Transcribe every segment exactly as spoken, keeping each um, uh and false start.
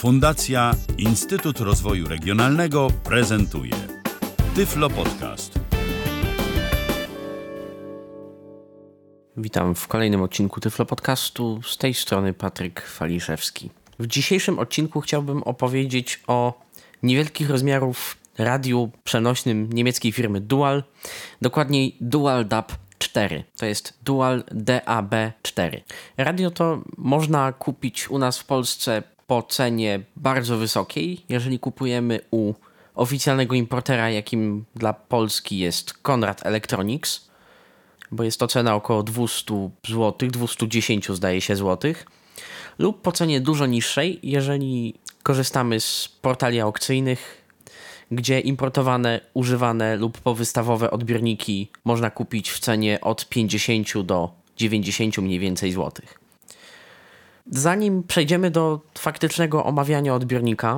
Fundacja Instytut Rozwoju Regionalnego prezentuje Tyflo Podcast. Witam w kolejnym odcinku Tyflo Podcastu. Z tej strony Patryk Waliszewski. W dzisiejszym odcinku chciałbym opowiedzieć o niewielkich rozmiarów radiu przenośnym niemieckiej firmy Dual, dokładniej Dual D A B cztery. To jest Dual D A B cztery. Radio to można kupić u nas w Polsce po cenie bardzo wysokiej, jeżeli kupujemy u oficjalnego importera, jakim dla Polski jest Conrad Electronics, bo jest to cena około dwieście złotych, dwieście dziesięć zdaje się złotych, lub po cenie dużo niższej, jeżeli korzystamy z portali aukcyjnych, gdzie importowane, używane lub powystawowe odbiorniki można kupić w cenie od pięćdziesiąt do dziewięćdziesiąt mniej więcej złotych. Zanim przejdziemy do faktycznego omawiania odbiornika,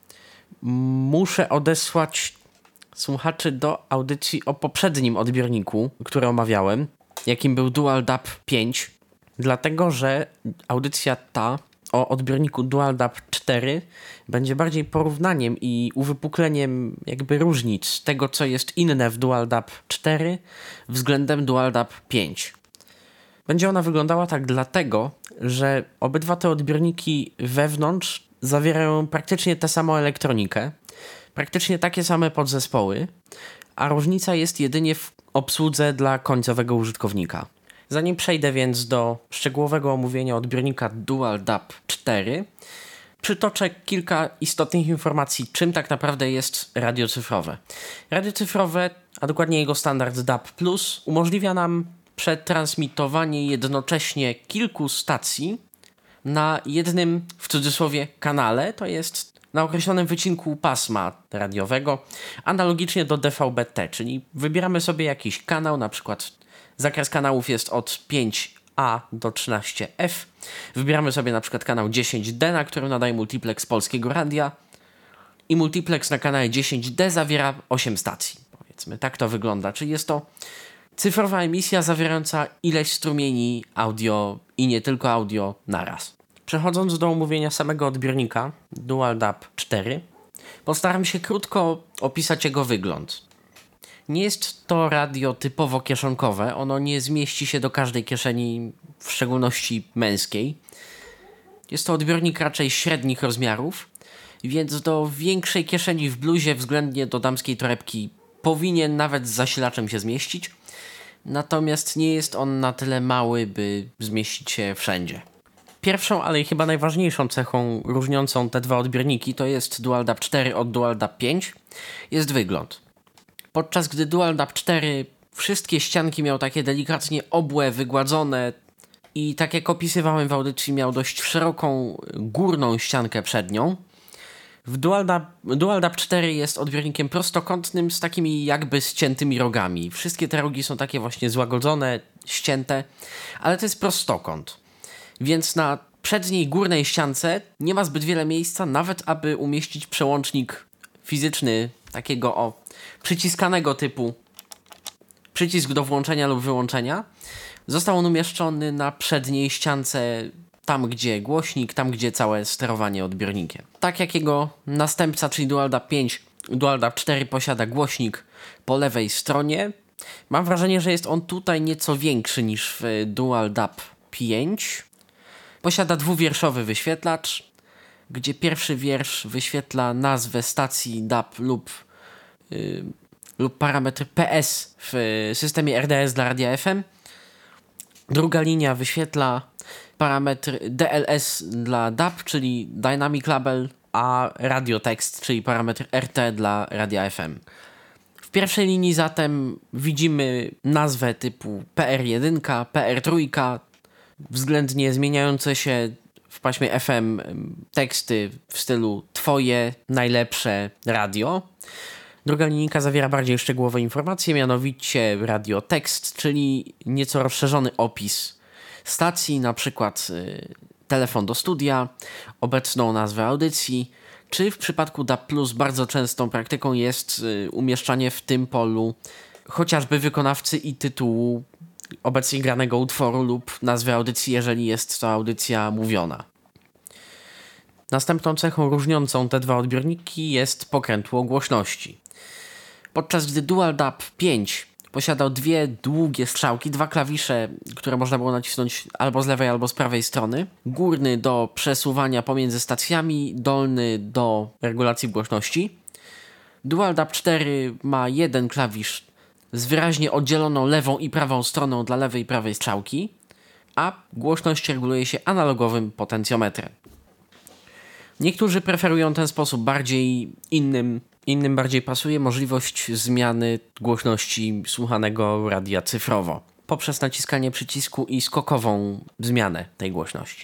muszę odesłać słuchaczy do audycji o poprzednim odbiorniku, który omawiałem, jakim był Dual D A B pięć, dlatego że audycja ta o odbiorniku Dual D A B cztery będzie bardziej porównaniem i uwypukleniem jakby różnic tego, co jest inne w Dual D A B cztery względem Dual D A B pięć. Będzie ona wyglądała tak dlatego, że obydwa te odbiorniki wewnątrz zawierają praktycznie tę samą elektronikę, praktycznie takie same podzespoły, a różnica jest jedynie w obsłudze dla końcowego użytkownika. Zanim przejdę więc do szczegółowego omówienia odbiornika Dual D A B cztery, przytoczę kilka istotnych informacji, czym tak naprawdę jest radio cyfrowe. Radio cyfrowe, a dokładnie jego standard D A B plus, umożliwia nam przetransmitowanie jednocześnie kilku stacji na jednym, w cudzysłowie, kanale, to jest na określonym wycinku pasma radiowego, analogicznie do D V B T, czyli wybieramy sobie jakiś kanał, na przykład zakres kanałów jest od pięć A do trzynaście F. Wybieramy sobie na przykład kanał dziesięć D, na którym nadaje multiplex Polskiego Radia i multiplex na kanale dziesięć D zawiera osiem stacji. Powiedzmy, tak to wygląda, czyli jest to cyfrowa emisja zawierająca ileś strumieni audio i nie tylko audio naraz. Przechodząc do omówienia samego odbiornika Dual D A B cztery, postaram się krótko opisać jego wygląd. Nie jest to radio typowo kieszonkowe, ono nie zmieści się do każdej kieszeni, w szczególności męskiej. Jest to odbiornik raczej średnich rozmiarów, więc do większej kieszeni w bluzie względnie do damskiej torebki powinien nawet z zasilaczem się zmieścić, natomiast nie jest on na tyle mały, by zmieścić się wszędzie. Pierwszą, ale i chyba najważniejszą cechą różniącą te dwa odbiorniki, to jest Dual D A B cztery od Dual D A B pięć, jest wygląd. Podczas gdy Dual D A B cztery wszystkie ścianki miał takie delikatnie obłe, wygładzone i tak jak opisywałem w audycji, miał dość szeroką górną ściankę przednią, w Dual D A B, Dual D A B cztery jest odbiornikiem prostokątnym z takimi jakby ściętymi rogami. Wszystkie te rogi są takie właśnie złagodzone, ścięte, ale to jest prostokąt. Więc na przedniej górnej ściance nie ma zbyt wiele miejsca, nawet aby umieścić przełącznik fizyczny, takiego o przyciskanego typu przycisk do włączenia lub wyłączenia. Został on umieszczony na przedniej ściance, tam gdzie głośnik, tam gdzie całe sterowanie odbiornikiem. Tak jak jego następca, czyli Dual D A B pięć, Dual D A B cztery posiada głośnik po lewej stronie. Mam wrażenie, że jest on tutaj nieco większy niż w Dual D A B pięć. Posiada dwuwierszowy wyświetlacz, gdzie pierwszy wiersz wyświetla nazwę stacji D A B lub, yy, lub parametr P S w systemie R D S dla radia F M. Druga linia wyświetla parametr D L S dla D A B, czyli Dynamic Label, a radiotekst, czyli parametr R T dla radia F M. W pierwszej linii zatem widzimy nazwę typu P R jeden, P R trzy, względnie zmieniające się w paśmie F M teksty w stylu twoje najlepsze radio. Druga linijka zawiera bardziej szczegółowe informacje, mianowicie radiotekst, czyli nieco rozszerzony opis stacji, na przykład y, telefon do studia, obecną nazwę audycji, czy w przypadku D A B plus bardzo częstą praktyką jest y, umieszczanie w tym polu chociażby wykonawcy i tytułu obecnie granego utworu lub nazwy audycji, jeżeli jest to audycja mówiona. Następną cechą różniącą te dwa odbiorniki jest pokrętło głośności. Podczas gdy Dual D A B pięć posiadał dwie długie strzałki, dwa klawisze, które można było nacisnąć albo z lewej, albo z prawej strony. Górny do przesuwania pomiędzy stacjami, dolny do regulacji głośności. Dual D A B cztery ma jeden klawisz z wyraźnie oddzieloną lewą i prawą stroną dla lewej i prawej strzałki, a głośność reguluje się analogowym potencjometrem. Niektórzy preferują ten sposób bardziej, innym, innym bardziej pasuje możliwość zmiany głośności słuchanego radia cyfrowo poprzez naciskanie przycisku i skokową zmianę tej głośności.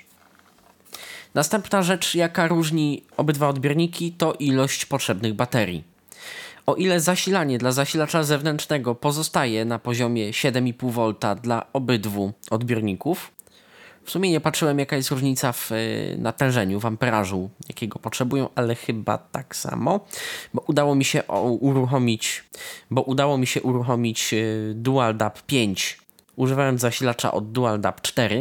Następna rzecz, jaka różni obydwa odbiorniki, to ilość potrzebnych baterii. O ile zasilanie dla zasilacza zewnętrznego pozostaje na poziomie siedem i pół wolt dla obydwu odbiorników, w sumie nie patrzyłem, jaka jest różnica w natężeniu, w amperażu, jakiego potrzebują, ale chyba tak samo, bo udało mi się uruchomić, bo udało mi się uruchomić Dual D A B pięć, używając zasilacza od Dual D A B cztery.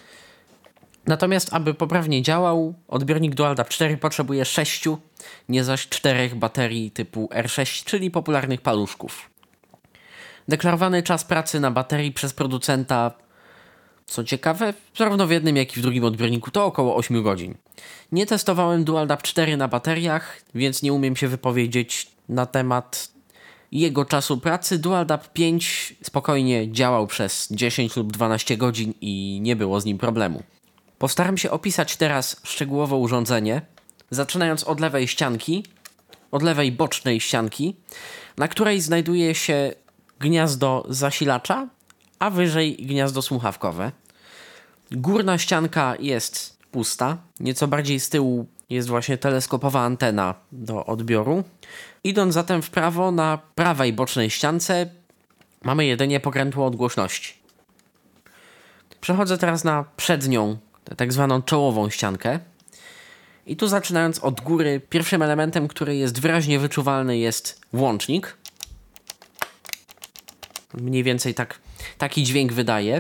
Natomiast, aby poprawnie działał, odbiornik Dual D A B cztery potrzebuje sześciu, nie zaś czterech baterii typu R sześć, czyli popularnych paluszków. Deklarowany czas pracy na baterii przez producenta, co ciekawe, zarówno w jednym, jak i w drugim odbiorniku, to około osiem godzin. Nie testowałem Dual D A B cztery na bateriach, więc nie umiem się wypowiedzieć na temat jego czasu pracy. Dual D A B pięć spokojnie działał przez dziesięć lub dwanaście godzin i nie było z nim problemu. Postaram się opisać teraz szczegółowo urządzenie, zaczynając od lewej ścianki, od lewej bocznej ścianki, na której znajduje się gniazdo zasilacza, a wyżej gniazdo słuchawkowe. Górna ścianka jest pusta, nieco bardziej z tyłu jest właśnie teleskopowa antena do odbioru. Idąc zatem w prawo, na prawej bocznej ściance mamy jedynie pokrętło od głośności. Przechodzę teraz na przednią, tak zwaną czołową ściankę. I tu zaczynając od góry, pierwszym elementem, który jest wyraźnie wyczuwalny, jest włącznik. Mniej więcej tak, taki dźwięk wydaje.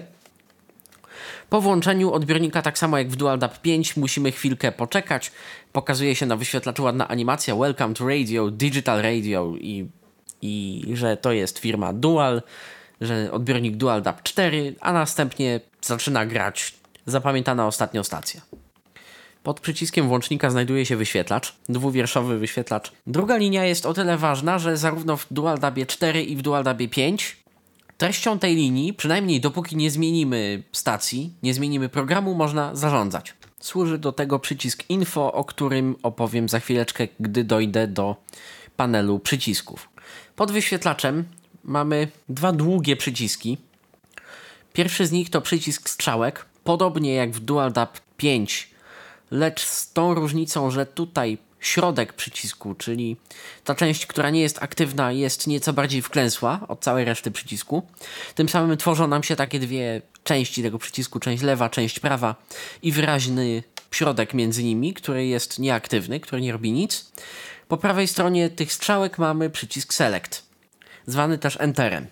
Po włączeniu odbiornika, tak samo jak w Dual D A B pięć, musimy chwilkę poczekać. Pokazuje się na wyświetlaczu ładna animacja Welcome to Radio, Digital Radio i, i że to jest firma Dual, że odbiornik Dual D A B cztery, a następnie zaczyna grać zapamiętana ostatnio stacja. Pod przyciskiem włącznika znajduje się wyświetlacz, dwuwierszowy wyświetlacz. Druga linia jest o tyle ważna, że zarówno w Dual D A B cztery i w Dual D A B pięć treścią tej linii, przynajmniej dopóki nie zmienimy stacji, nie zmienimy programu, można zarządzać. Służy do tego przycisk Info, o którym opowiem za chwileczkę, gdy dojdę do panelu przycisków. Pod wyświetlaczem mamy dwa długie przyciski. Pierwszy z nich to przycisk strzałek, podobnie jak w Dual D A B pięć, lecz z tą różnicą, że tutaj środek przycisku, czyli ta część, która nie jest aktywna, jest nieco bardziej wklęsła od całej reszty przycisku. Tym samym tworzą nam się takie dwie części tego przycisku, część lewa, część prawa i wyraźny środek między nimi, który jest nieaktywny, który nie robi nic. Po prawej stronie tych strzałek mamy przycisk Select, zwany też Enterem.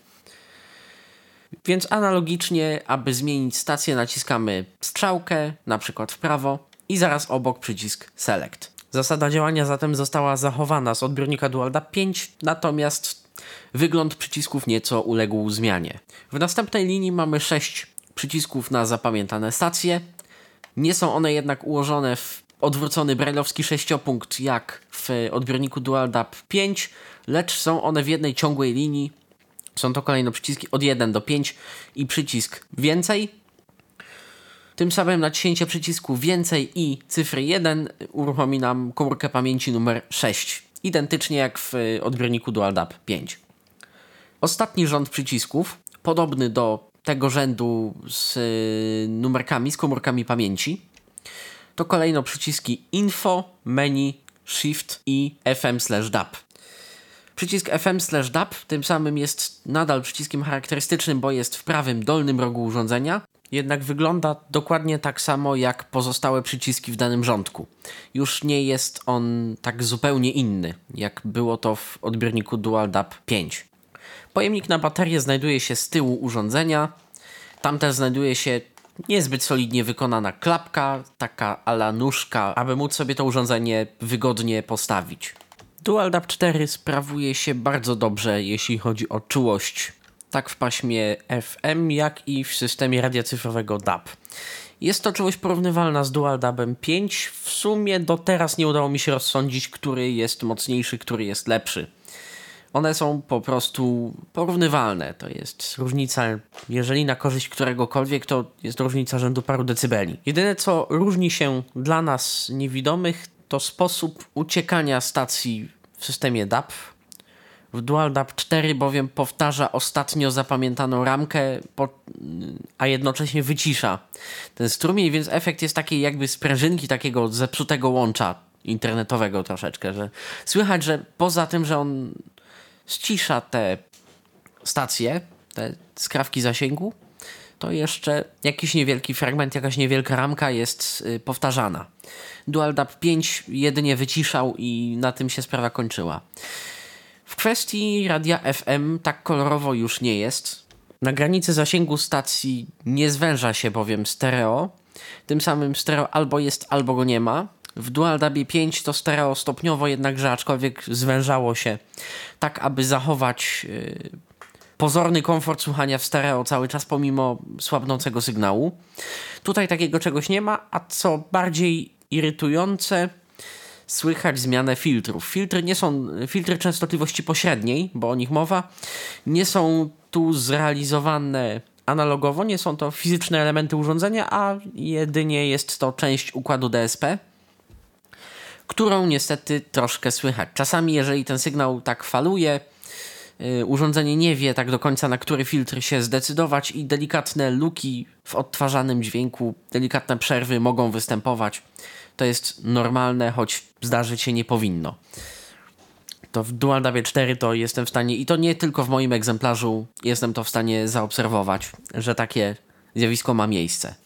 Więc analogicznie, aby zmienić stację, naciskamy strzałkę, na przykład w prawo, i zaraz obok przycisk Select. Zasada działania zatem została zachowana z odbiornika Dual D A B pięć, natomiast wygląd przycisków nieco uległ zmianie. W następnej linii mamy sześć przycisków na zapamiętane stacje. Nie są one jednak ułożone w odwrócony brajlowski sześciopunkt jak w odbiorniku Dual D A B pięć, lecz są one w jednej ciągłej linii. Są to kolejno przyciski od jeden do pięć i przycisk więcej. Tym samym naciśnięcie przycisku więcej i cyfry jeden uruchomi nam komórkę pamięci numer sześć. Identycznie jak w odbiorniku Dual D A B pięć. Ostatni rząd przycisków, podobny do tego rzędu z numerkami, z komórkami pamięci, to kolejno przyciski Info, Menu, Shift i F M slash D A B. Przycisk F M slash D A B tym samym jest nadal przyciskiem charakterystycznym, bo jest w prawym dolnym rogu urządzenia, jednak wygląda dokładnie tak samo jak pozostałe przyciski w danym rządku. Już nie jest on tak zupełnie inny, jak było to w odbiorniku Dual D A B pięć. Pojemnik na baterię znajduje się z tyłu urządzenia. Tam też znajduje się niezbyt solidnie wykonana klapka, taka a la nóżka, aby móc sobie to urządzenie wygodnie postawić. DualDAP cztery sprawuje się bardzo dobrze, jeśli chodzi o czułość, tak w paśmie F M, jak i w systemie radia cyfrowego D A B. Jest to czułość porównywalna z DualDAPem pięć. W sumie do teraz nie udało mi się rozsądzić, który jest mocniejszy, który jest lepszy. One są po prostu porównywalne. To jest różnica, jeżeli na korzyść któregokolwiek, to jest różnica rzędu paru decybeli. Jedyne, co różni się dla nas niewidomych, to sposób uciekania stacji w systemie D A B. W DualDAP cztery bowiem powtarza ostatnio zapamiętaną ramkę, po, a jednocześnie wycisza ten strumień, więc efekt jest taki jakby sprężynki takiego zepsutego łącza internetowego troszeczkę, że słychać, że poza tym, że on ścisza te stacje, te skrawki zasięgu, to jeszcze jakiś niewielki fragment, jakaś niewielka ramka jest y, powtarzana. DualDAP pięć jedynie wyciszał i na tym się sprawa kończyła. W kwestii radia F M tak kolorowo już nie jest. Na granicy zasięgu stacji nie zwęża się bowiem stereo. Tym samym stereo albo jest, albo go nie ma. W DualDAPie pięć to stereo stopniowo jednakże, aczkolwiek zwężało się tak, aby zachować yy, pozorny komfort słuchania w stereo cały czas pomimo słabnącego sygnału. Tutaj takiego czegoś nie ma, a co bardziej irytujące, słychać zmianę filtrów. Filtry nie są, filtry częstotliwości pośredniej, bo o nich mowa, nie są tu zrealizowane analogowo, nie są to fizyczne elementy urządzenia, a jedynie jest to część układu D S P, którą niestety troszkę słychać. Czasami, jeżeli ten sygnał tak faluje, yy, urządzenie nie wie tak do końca, na który filtr się zdecydować i delikatne luki w odtwarzanym dźwięku, delikatne przerwy mogą występować. To jest normalne, choć zdarzyć się nie powinno. To w DualDAPie cztery to jestem w stanie, i to nie tylko w moim egzemplarzu, jestem to w stanie zaobserwować, że takie zjawisko ma miejsce.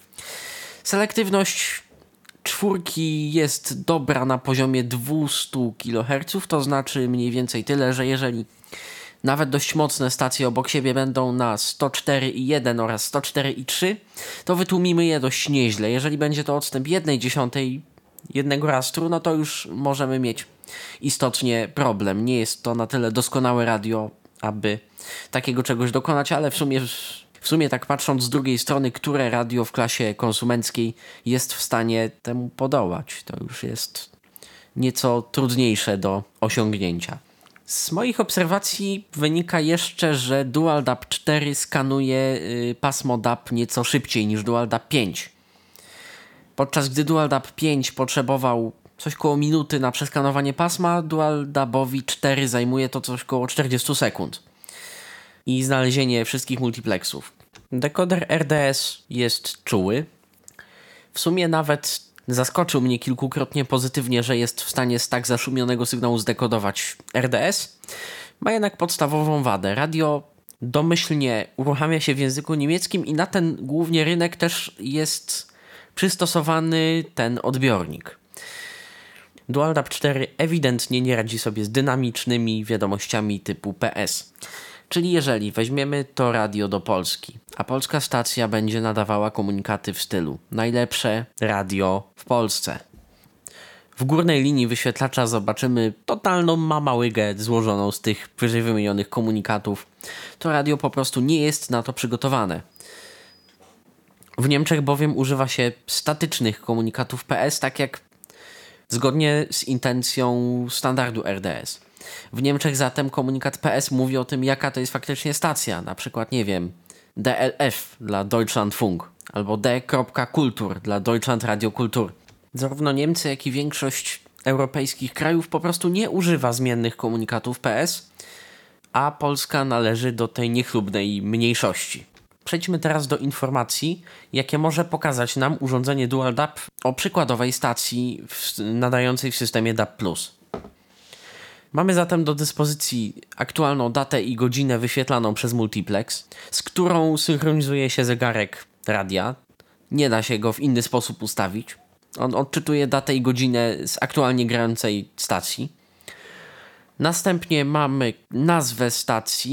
Selektywność czwórki jest dobra na poziomie dwieście kiloherców, to znaczy mniej więcej tyle, że jeżeli nawet dość mocne stacje obok siebie będą na sto cztery i jeden oraz sto cztery i trzy, to wytłumimy je dość nieźle. Jeżeli będzie to odstęp jednej dziesiątej jednego rastru, no to już możemy mieć istotnie problem. Nie jest to na tyle doskonałe radio, aby takiego czegoś dokonać, ale w sumie, w sumie tak patrząc z drugiej strony, które radio w klasie konsumenckiej jest w stanie temu podołać, to już jest nieco trudniejsze do osiągnięcia. Z moich obserwacji wynika jeszcze, że DualDAP cztery skanuje y, pasmo D A P nieco szybciej niż DualDAP pięć. Podczas gdy DualDAP pięć potrzebował coś koło minuty na przeskanowanie pasma, DualDAPowi cztery zajmuje to coś koło czterdzieści sekund. I znalezienie wszystkich multiplexów. Dekoder R D S jest czuły. W sumie nawet zaskoczył mnie kilkukrotnie pozytywnie, że jest w stanie z tak zaszumionego sygnału zdekodować R D S. Ma jednak podstawową wadę. Radio domyślnie uruchamia się w języku niemieckim i na ten głównie rynek też jest przystosowany ten odbiornik. DualDAP cztery ewidentnie nie radzi sobie z dynamicznymi wiadomościami typu P S. Czyli jeżeli weźmiemy to radio do Polski, a polska stacja będzie nadawała komunikaty w stylu najlepsze radio w Polsce. W górnej linii wyświetlacza zobaczymy totalną mamałygę złożoną z tych wyżej wymienionych komunikatów. To radio po prostu nie jest na to przygotowane. W Niemczech bowiem używa się statycznych komunikatów P S, tak jak zgodnie z intencją standardu R D S. W Niemczech zatem komunikat P S mówi o tym, jaka to jest faktycznie stacja. Na przykład, nie wiem, D L F dla Deutschlandfunk albo D.Kultur dla Deutschlandradio Kultur. Zarówno Niemcy, jak i większość europejskich krajów po prostu nie używa zmiennych komunikatów P S, a Polska należy do tej niechlubnej mniejszości. Przejdźmy teraz do informacji, jakie może pokazać nam urządzenie DualDAP o przykładowej stacji w, nadającej w systemie D A B plus. Mamy zatem do dyspozycji aktualną datę i godzinę wyświetlaną przez multiplex, z którą synchronizuje się zegarek radia. Nie da się go w inny sposób ustawić. On odczytuje datę i godzinę z aktualnie grającej stacji. Następnie mamy nazwę stacji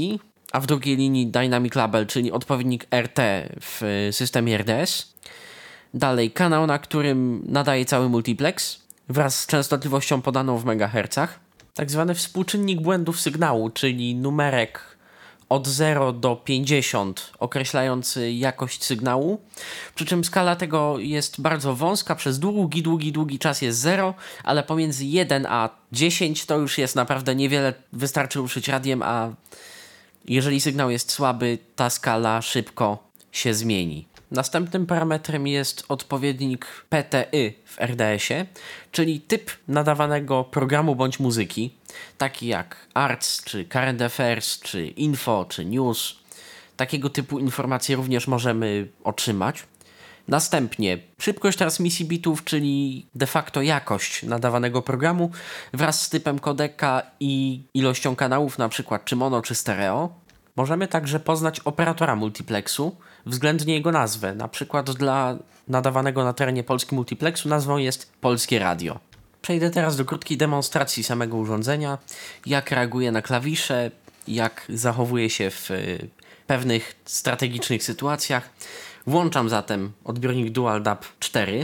a w drugiej linii Dynamic Label, czyli odpowiednik R T w systemie R D S. Dalej kanał, na którym nadaje cały multiplex wraz z częstotliwością podaną w megahercach. Tak zwany współczynnik błędów sygnału, czyli numerek od zera do pięćdziesięciu określający jakość sygnału. Przy czym skala tego jest bardzo wąska, przez długi, długi, długi czas jest zero, ale pomiędzy jeden a dziesięć to już jest naprawdę niewiele, wystarczy ruszyć radiem, a jeżeli sygnał jest słaby, ta skala szybko się zmieni. Następnym parametrem jest odpowiednik P T Y w R D S-ie, czyli typ nadawanego programu bądź muzyki, taki jak Arts, czy Current Affairs, czy Info, czy News. Takiego typu informacje również możemy otrzymać. Następnie szybkość transmisji bitów, czyli de facto jakość nadawanego programu wraz z typem kodeka i ilością kanałów, na przykład czy mono, czy stereo. Możemy także poznać operatora multiplexu, względnie jego nazwę. Na przykład dla nadawanego na terenie Polski multiplexu nazwą jest Polskie Radio. Przejdę teraz do krótkiej demonstracji samego urządzenia, jak reaguje na klawisze, jak zachowuje się w pewnych strategicznych sytuacjach. Włączam zatem odbiornik Dual D A B cztery.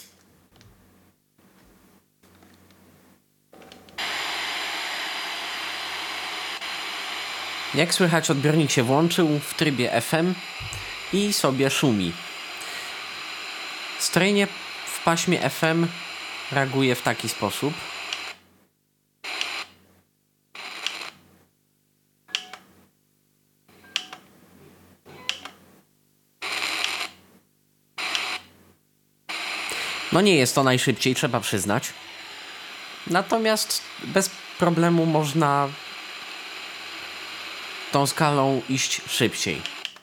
Jak słychać, odbiornik się włączył w trybie F M i sobie szumi. Strojenie w paśmie F M reaguje w taki sposób. No nie jest to najszybciej, trzeba przyznać. Natomiast bez problemu można tą skalą iść szybciej.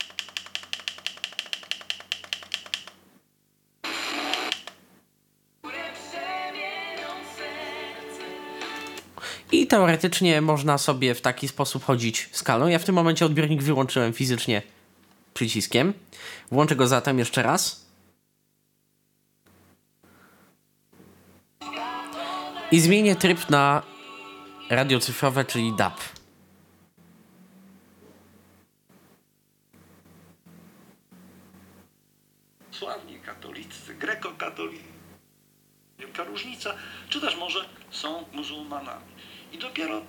I teoretycznie można sobie w taki sposób chodzić skalą. Ja w tym momencie odbiornik wyłączyłem fizycznie przyciskiem. Włączę go zatem jeszcze raz. I zmienię tryb na radio cyfrowe, czyli D A B. Sławni katolicy, grekokatolicy, wielka różnica, czy też może są muzułmanami. I dopiero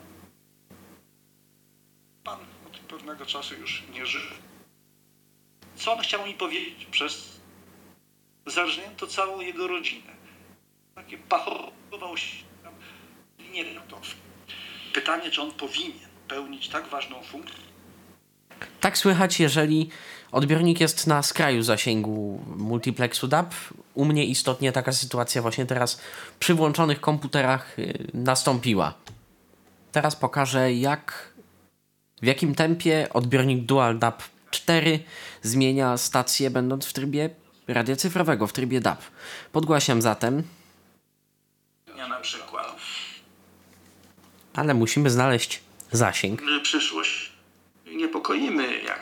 pan od pewnego czasu już nie żyje. Co on chciał mi powiedzieć przez zarżnięto całą jego rodzinę. Takie pachował się tam, nie wiem to. Pytanie, czy on powinien pełnić tak ważną funkcję. Tak słychać, jeżeli odbiornik jest na skraju zasięgu multiplexu D A B. U mnie istotnie taka sytuacja właśnie teraz przy włączonych komputerach yy, nastąpiła. Teraz pokażę, jak, w jakim tempie odbiornik Dual D A B cztery zmienia stację, będąc w trybie radia cyfrowego, w trybie D A B. Podgłaśniam zatem. Ja na przykład. Ale musimy znaleźć zasięg. Przyszłość. Niepokoimy jak.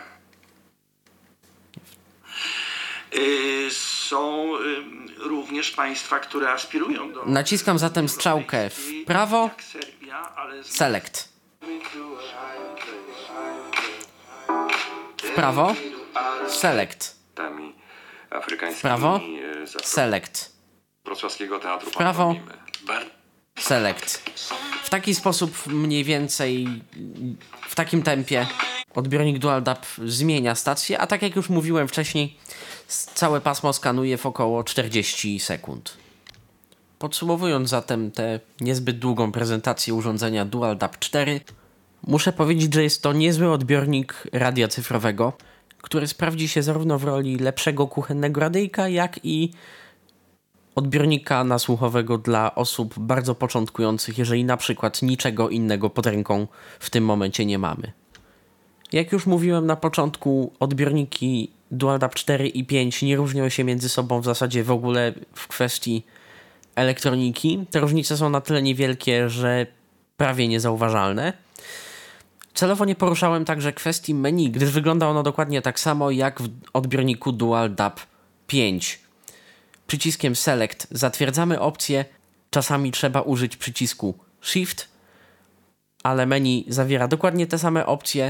Yy, są yy, również państwa, które aspirują do... Naciskam zatem strzałkę w prawo. Jak Serbia, ale z... Select. W prawo. Select. W prawo. Select. Wrocławskiego Teatru W prawo. Pantomimy. Select. W taki sposób mniej więcej, w takim tempie odbiornik Dual D A B zmienia stację, a tak jak już mówiłem wcześniej, całe pasmo skanuje w około czterdzieści sekund. Podsumowując zatem tę niezbyt długą prezentację urządzenia Dual D A B cztery, muszę powiedzieć, że jest to niezły odbiornik radia cyfrowego, który sprawdzi się zarówno w roli lepszego kuchennego radyjka, jak i odbiornika nasłuchowego dla osób bardzo początkujących, jeżeli na przykład niczego innego pod ręką w tym momencie nie mamy. Jak już mówiłem na początku, odbiorniki Dual D A B cztery i pięć nie różnią się między sobą w zasadzie w ogóle w kwestii elektroniki. Te różnice są na tyle niewielkie, że prawie niezauważalne. Celowo nie poruszałem także kwestii menu, gdyż wygląda ono dokładnie tak samo jak w odbiorniku Dual D A B pięć. Przyciskiem Select zatwierdzamy opcję, czasami trzeba użyć przycisku Shift, ale menu zawiera dokładnie te same opcje,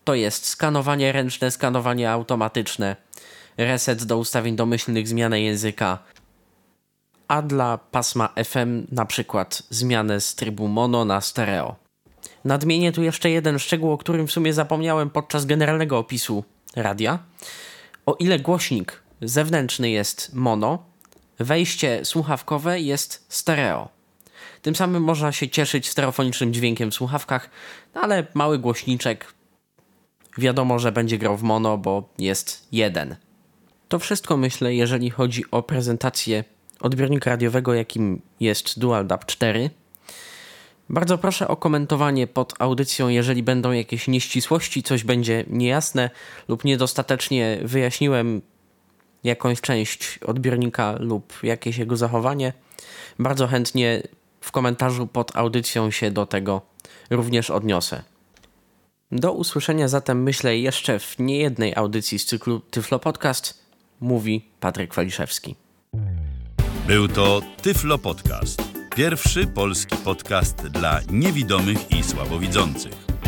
to jest skanowanie ręczne, skanowanie automatyczne, reset do ustawień domyślnych, zmianę języka, a dla pasma F M na przykład zmianę z trybu mono na stereo. Nadmienię tu jeszcze jeden szczegół, o którym w sumie zapomniałem podczas generalnego opisu radia. O ile głośnik zewnętrzny jest mono, wejście słuchawkowe jest stereo. Tym samym można się cieszyć stereofonicznym dźwiękiem w słuchawkach, ale mały głośniczek wiadomo, że będzie grał w mono, bo jest jeden. To wszystko, myślę, jeżeli chodzi o prezentację odbiornika radiowego, jakim jest Dual D A B cztery. Bardzo proszę o komentowanie pod audycją, jeżeli będą jakieś nieścisłości, coś będzie niejasne lub niedostatecznie wyjaśniłem jakąś część odbiornika lub jakieś jego zachowanie. Bardzo chętnie w komentarzu pod audycją się do tego również odniosę. Do usłyszenia zatem, myślę, jeszcze w niejednej audycji z cyklu Tyflo Podcast, mówi Patryk Waliszewski. Był to Tyflo Podcast. Pierwszy polski podcast dla niewidomych i słabowidzących.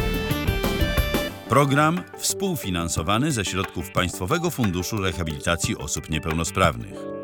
Program współfinansowany ze środków Państwowego Funduszu Rehabilitacji Osób Niepełnosprawnych.